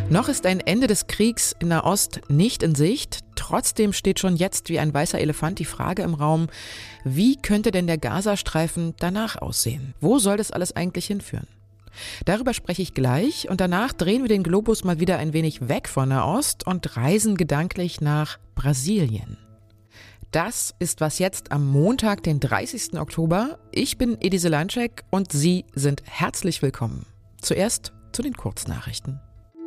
Noch ist ein Ende des Kriegs in Nahost nicht in Sicht. Trotzdem steht schon jetzt wie ein weißer Elefant die Frage im Raum, wie könnte denn der Gazastreifen danach aussehen? Wo soll das alles eigentlich hinführen? Darüber spreche ich gleich und danach drehen wir den Globus mal wieder ein wenig weg von Nahost und reisen gedanklich nach Brasilien. Das ist was jetzt am Montag, den 30. Oktober. Ich bin Edise Lanschek und Sie sind herzlich willkommen. Zuerst zu den Kurznachrichten.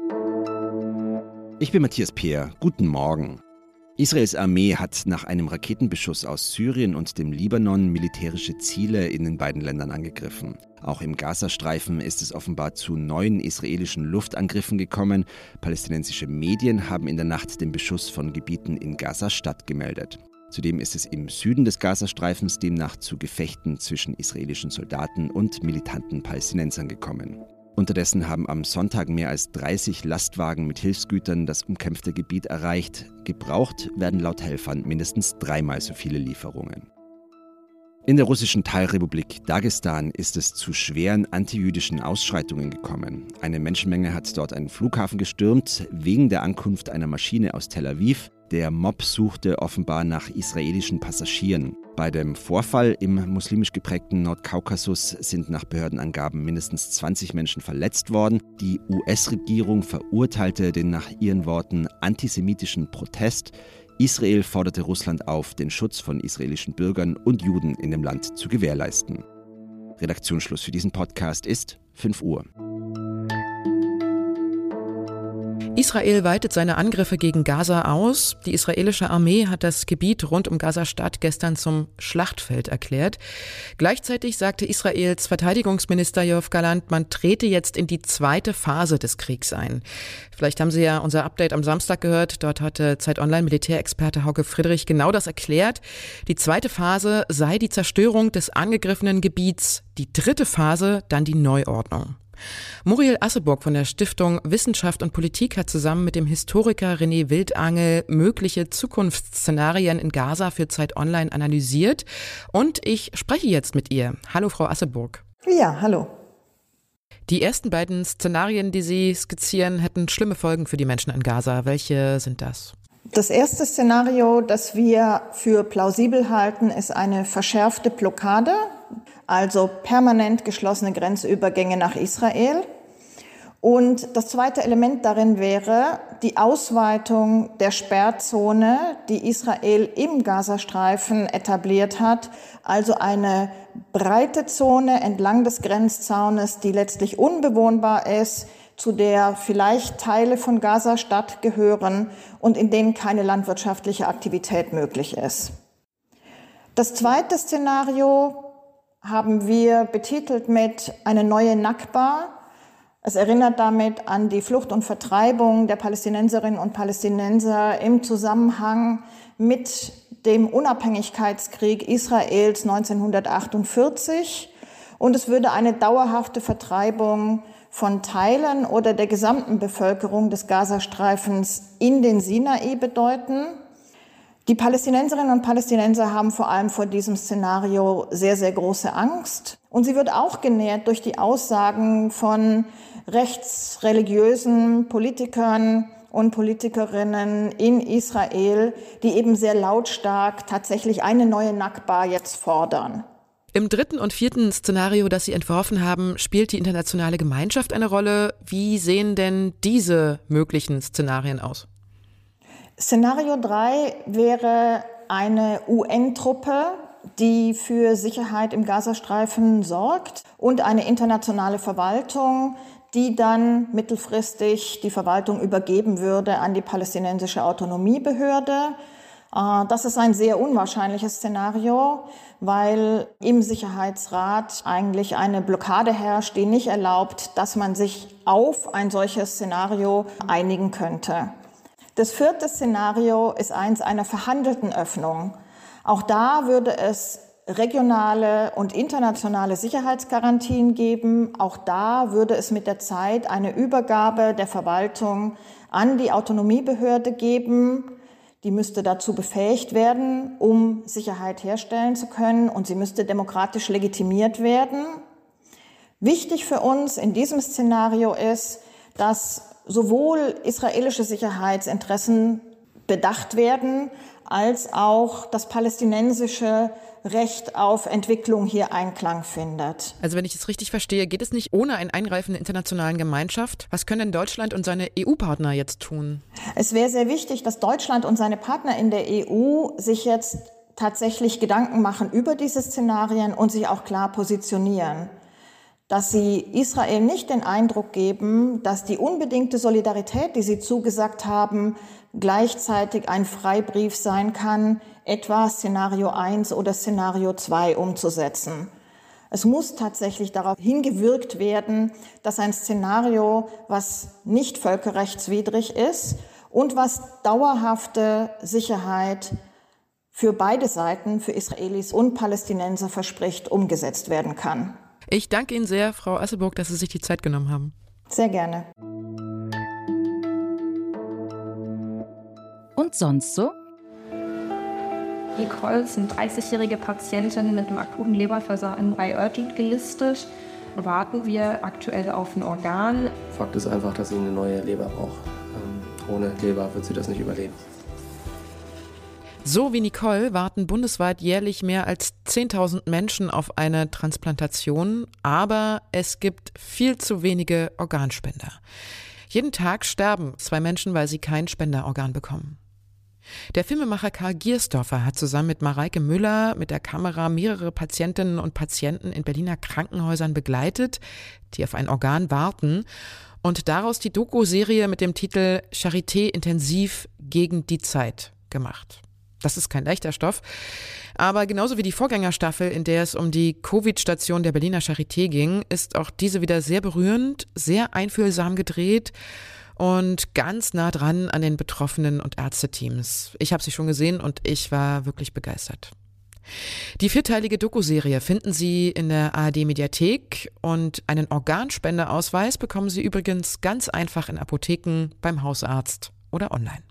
Ich bin Matthias Peer. Guten Morgen. Israels Armee hat nach einem Raketenbeschuss aus Syrien und dem Libanon militärische Ziele in den beiden Ländern angegriffen. Auch im Gazastreifen ist es offenbar zu neuen israelischen Luftangriffen gekommen. Palästinensische Medien haben in der Nacht den Beschuss von Gebieten in Gaza-Stadt gemeldet. Zudem ist es im Süden des Gazastreifens demnach zu Gefechten zwischen israelischen Soldaten und militanten Palästinensern gekommen. Unterdessen haben am Sonntag mehr als 30 Lastwagen mit Hilfsgütern das umkämpfte Gebiet erreicht. Gebraucht werden laut Helfern mindestens 3-mal so viele Lieferungen. In der russischen Teilrepublik Dagestan ist es zu schweren antijüdischen Ausschreitungen gekommen. Eine Menschenmenge hat dort einen Flughafen gestürmt, wegen der Ankunft einer Maschine aus Tel Aviv. Der Mob suchte offenbar nach israelischen Passagieren. Bei dem Vorfall im muslimisch geprägten Nordkaukasus sind nach Behördenangaben mindestens 20 Menschen verletzt worden. Die US-Regierung verurteilte den nach ihren Worten antisemitischen Protest. Israel forderte Russland auf, den Schutz von israelischen Bürgern und Juden in dem Land zu gewährleisten. Redaktionsschluss für diesen Podcast ist 5 Uhr. Israel weitet seine Angriffe gegen Gaza aus. Die israelische Armee hat das Gebiet rund um Gaza-Stadt gestern zum Schlachtfeld erklärt. Gleichzeitig sagte Israels Verteidigungsminister Yoav Gallant, man trete jetzt in die zweite Phase des Kriegs ein. Vielleicht haben Sie ja unser Update am Samstag gehört. Dort hatte Zeit Online Militärexperte Hauke Friedrich genau das erklärt. Die zweite Phase sei die Zerstörung des angegriffenen Gebiets. Die dritte Phase dann die Neuordnung. Muriel Asseburg von der Stiftung Wissenschaft und Politik hat zusammen mit dem Historiker René Wildangel mögliche Zukunftsszenarien in Gaza für Zeit Online analysiert. Und ich spreche jetzt mit ihr. Hallo, Frau Asseburg. Ja, hallo. Die ersten beiden Szenarien, die Sie skizzieren, hätten schlimme Folgen für die Menschen in Gaza. Welche sind das? Das erste Szenario, das wir für plausibel halten, ist eine verschärfte Blockade, also permanent geschlossene Grenzübergänge nach Israel. Und das zweite Element darin wäre die Ausweitung der Sperrzone, die Israel im Gazastreifen etabliert hat, also eine breite Zone entlang des Grenzzaunes, die letztlich unbewohnbar ist, zu der vielleicht Teile von Gaza-Stadt gehören und in denen keine landwirtschaftliche Aktivität möglich ist. Das zweite Szenario haben wir betitelt mit eine neue Nakba. Es erinnert damit an die Flucht und Vertreibung der Palästinenserinnen und Palästinenser im Zusammenhang mit dem Unabhängigkeitskrieg Israels 1948. Und es würde eine dauerhafte Vertreibung von Teilen oder der gesamten Bevölkerung des Gazastreifens in den Sinai bedeuten. Die Palästinenserinnen und Palästinenser haben vor allem vor diesem Szenario sehr, sehr große Angst. Und sie wird auch genährt durch die Aussagen von rechtsreligiösen Politikern und Politikerinnen in Israel, die eben sehr lautstark tatsächlich eine neue Nakba jetzt fordern. Im dritten und vierten Szenario, das Sie entworfen haben, spielt die internationale Gemeinschaft eine Rolle. Wie sehen denn diese möglichen Szenarien aus? Szenario 3 wäre eine UN-Truppe, die für Sicherheit im Gazastreifen sorgt und eine internationale Verwaltung, die dann mittelfristig die Verwaltung übergeben würde an die palästinensische Autonomiebehörde. Das ist ein sehr unwahrscheinliches Szenario, weil im Sicherheitsrat eigentlich eine Blockade herrscht, die nicht erlaubt, dass man sich auf ein solches Szenario einigen könnte. Das vierte Szenario ist eins einer verhandelten Öffnung. Auch da würde es regionale und internationale Sicherheitsgarantien geben. Auch da würde es mit der Zeit eine Übergabe der Verwaltung an die Autonomiebehörde geben. Die müsste dazu befähigt werden, um Sicherheit herstellen zu können, und sie müsste demokratisch legitimiert werden. Wichtig für uns in diesem Szenario ist, dass sowohl israelische Sicherheitsinteressen bedacht werden, als auch das palästinensische Recht auf Entwicklung hier Einklang findet. Also wenn ich es richtig verstehe, geht es nicht ohne ein Eingreifen der internationalen Gemeinschaft. Was können denn Deutschland und seine EU-Partner jetzt tun? Es wäre sehr wichtig, dass Deutschland und seine Partner in der EU sich jetzt tatsächlich Gedanken machen über diese Szenarien und sich auch klar positionieren. Dass sie Israel nicht den Eindruck geben, dass die unbedingte Solidarität, die sie zugesagt haben, gleichzeitig ein Freibrief sein kann, etwa Szenario 1 oder Szenario 2 umzusetzen. Es muss tatsächlich darauf hingewirkt werden, dass ein Szenario, was nicht völkerrechtswidrig ist und was dauerhafte Sicherheit für beide Seiten, für Israelis und Palästinenser verspricht, umgesetzt werden kann. Ich danke Ihnen sehr, Frau Asseburg, dass Sie sich die Zeit genommen haben. Sehr gerne. Und sonst so? Nicole ist eine 30-jährige Patientin mit einem akuten Leberversagen bei Urgent gelistet. Warten wir aktuell auf ein Organ. Fakt ist einfach, dass sie eine neue Leber braucht. Ohne Leber wird sie das nicht überleben. So wie Nicole warten bundesweit jährlich mehr als 10.000 Menschen auf eine Transplantation, aber es gibt viel zu wenige Organspender. Jeden Tag sterben 2 Menschen, weil sie kein Spenderorgan bekommen. Der Filmemacher Karl Giersdorfer hat zusammen mit Mareike Müller mit der Kamera mehrere Patientinnen und Patienten in Berliner Krankenhäusern begleitet, die auf ein Organ warten, und daraus die Doku-Serie mit dem Titel Charité intensiv gegen die Zeit gemacht. Das ist kein leichter Stoff, aber genauso wie die Vorgängerstaffel, in der es um die Covid-Station der Berliner Charité ging, ist auch diese wieder sehr berührend, sehr einfühlsam gedreht und ganz nah dran an den Betroffenen und Ärzteteams. Ich habe sie schon gesehen und ich war wirklich begeistert. Die 4-teilige Doku-Serie finden Sie in der ARD-Mediathek und einen Organspendeausweis bekommen Sie übrigens ganz einfach in Apotheken, beim Hausarzt oder online.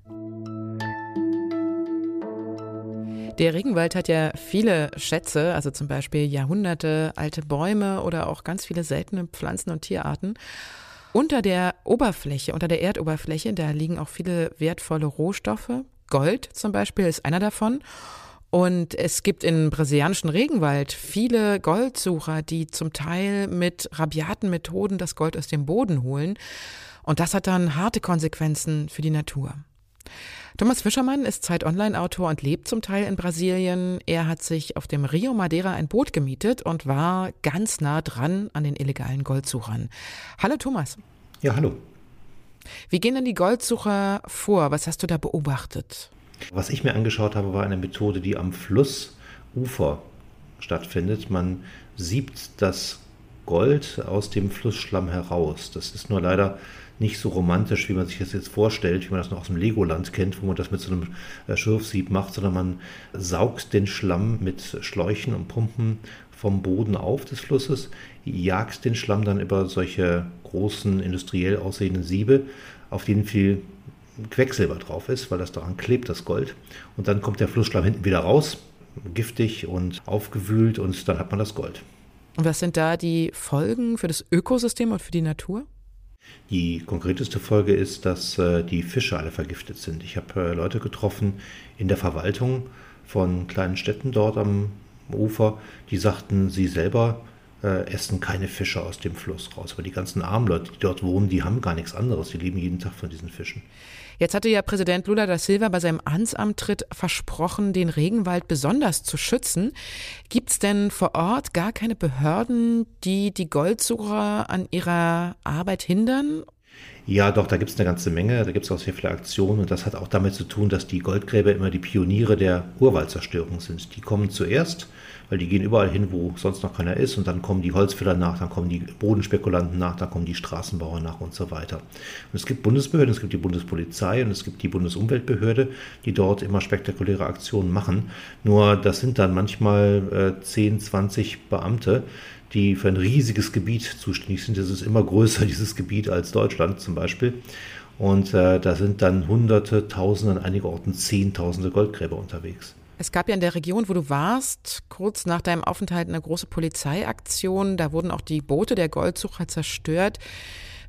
Der Regenwald hat ja viele Schätze, also zum Beispiel Jahrhunderte alte Bäume oder auch ganz viele seltene Pflanzen- und Tierarten. Unter der Oberfläche, unter der Erdoberfläche, da liegen auch viele wertvolle Rohstoffe. Gold zum Beispiel ist einer davon. Und es gibt im brasilianischen Regenwald viele Goldsucher, die zum Teil mit rabiaten Methoden das Gold aus dem Boden holen. Und das hat dann harte Konsequenzen für die Natur. Thomas Fischermann ist Zeit-Online-Autor und lebt zum Teil in Brasilien. Er hat sich auf dem Rio Madeira ein Boot gemietet und war ganz nah dran an den illegalen Goldsuchern. Hallo Thomas. Ja, hallo. Wie gehen denn die Goldsucher vor? Was hast du da beobachtet? Was ich mir angeschaut habe, war eine Methode, die am Flussufer stattfindet. Man siebt das Gold aus dem Flussschlamm heraus. Das ist nur leider nicht so romantisch, wie man sich das jetzt vorstellt, wie man das noch aus dem Legoland kennt, wo man das mit so einem Schürfsieb macht, sondern man saugt den Schlamm mit Schläuchen und Pumpen vom Boden auf des Flusses, jagt den Schlamm dann über solche großen industriell aussehenden Siebe, auf denen viel Quecksilber drauf ist, weil das daran klebt, das Gold. Und dann kommt der Flussschlamm hinten wieder raus, giftig und aufgewühlt, und dann hat man das Gold. Und was sind da die Folgen für das Ökosystem und für die Natur? Die konkreteste Folge ist, dass die Fische alle vergiftet sind. Ich habe Leute getroffen in der Verwaltung von kleinen Städten dort am Ufer, die sagten, sie selber essen keine Fische aus dem Fluss raus. Aber die ganzen armen Leute, die dort wohnen, die haben gar nichts anderes. Die leben jeden Tag von diesen Fischen. Jetzt hatte ja Präsident Lula da Silva bei seinem Amtsantritt versprochen, den Regenwald besonders zu schützen. Gibt es denn vor Ort gar keine Behörden, die die Goldsucher an ihrer Arbeit hindern? Ja, doch, da gibt es eine ganze Menge, da gibt es auch sehr viele Aktionen, und das hat auch damit zu tun, dass die Goldgräber immer die Pioniere der Urwaldzerstörung sind. Die kommen zuerst, weil die gehen überall hin, wo sonst noch keiner ist, und dann kommen die Holzfäller nach, dann kommen die Bodenspekulanten nach, dann kommen die Straßenbauer nach und so weiter. Und es gibt Bundesbehörden, es gibt die Bundespolizei und es gibt die Bundesumweltbehörde, die dort immer spektakuläre Aktionen machen. Nur das sind dann manchmal 10, 20 Beamte, die für ein riesiges Gebiet zuständig sind. Das ist immer größer, dieses Gebiet, als Deutschland zum Beispiel. Und da sind dann Hunderte, Tausende, an einigen Orten Zehntausende Goldgräber unterwegs. Es gab ja in der Region, wo du warst, kurz nach deinem Aufenthalt eine große Polizeiaktion. Da wurden auch die Boote der Goldsucher zerstört.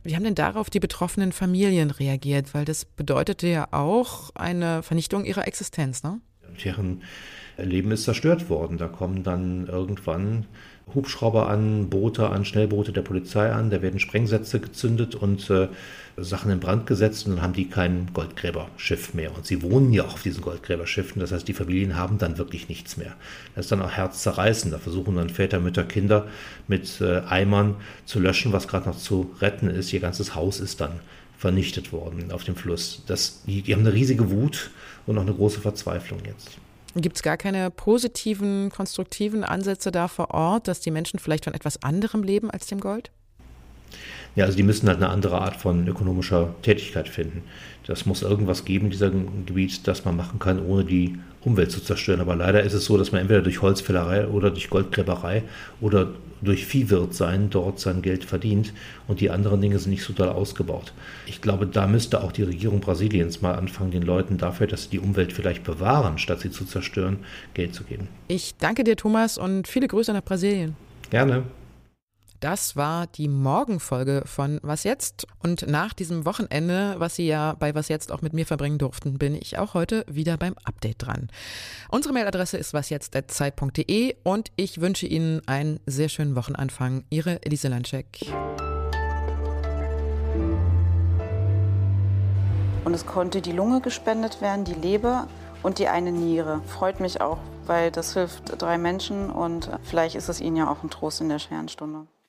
Wie haben denn darauf die betroffenen Familien reagiert? Weil das bedeutete ja auch eine Vernichtung ihrer Existenz, ne? Deren Leben ist zerstört worden. Da kommen dann irgendwann Hubschrauber an, Boote an, Schnellboote der Polizei an, da werden Sprengsätze gezündet und Sachen in Brand gesetzt und dann haben die kein Goldgräberschiff mehr. Und sie wohnen ja auch auf diesen Goldgräberschiffen, das heißt, die Familien haben dann wirklich nichts mehr. Das ist dann auch herzzerreißend. Da versuchen dann Väter, Mütter, Kinder mit Eimern zu löschen, was gerade noch zu retten ist. Ihr ganzes Haus ist dann vernichtet worden auf dem Fluss. Die haben eine riesige Wut und auch eine große Verzweiflung jetzt. Gibt es gar keine positiven, konstruktiven Ansätze da vor Ort, dass die Menschen vielleicht von etwas anderem leben als dem Gold? Ja, also die müssen halt eine andere Art von ökonomischer Tätigkeit finden. Das muss irgendwas geben in diesem Gebiet, das man machen kann, ohne die Umwelt zu zerstören. Aber leider ist es so, dass man entweder durch Holzfällerei oder durch Goldgräberei oder durch Viehwirtsein dort sein Geld verdient und die anderen Dinge sind nicht so doll ausgebaut. Ich glaube, da müsste auch die Regierung Brasiliens mal anfangen, den Leuten dafür, dass sie die Umwelt vielleicht bewahren, statt sie zu zerstören, Geld zu geben. Ich danke dir, Thomas, und viele Grüße nach Brasilien. Gerne. Das war die Morgenfolge von Was jetzt? Und nach diesem Wochenende, was Sie ja bei Was jetzt auch mit mir verbringen durften, bin ich auch heute wieder beim Update dran. Unsere Mailadresse ist wasjetzt@zeit.de und ich wünsche Ihnen einen sehr schönen Wochenanfang. Ihre Elise Landschek. Und es konnte die Lunge gespendet werden, die Leber und die eine Niere. Freut mich auch, weil das hilft 3 Menschen und vielleicht ist es ihnen ja auch ein Trost in der schweren Stunde.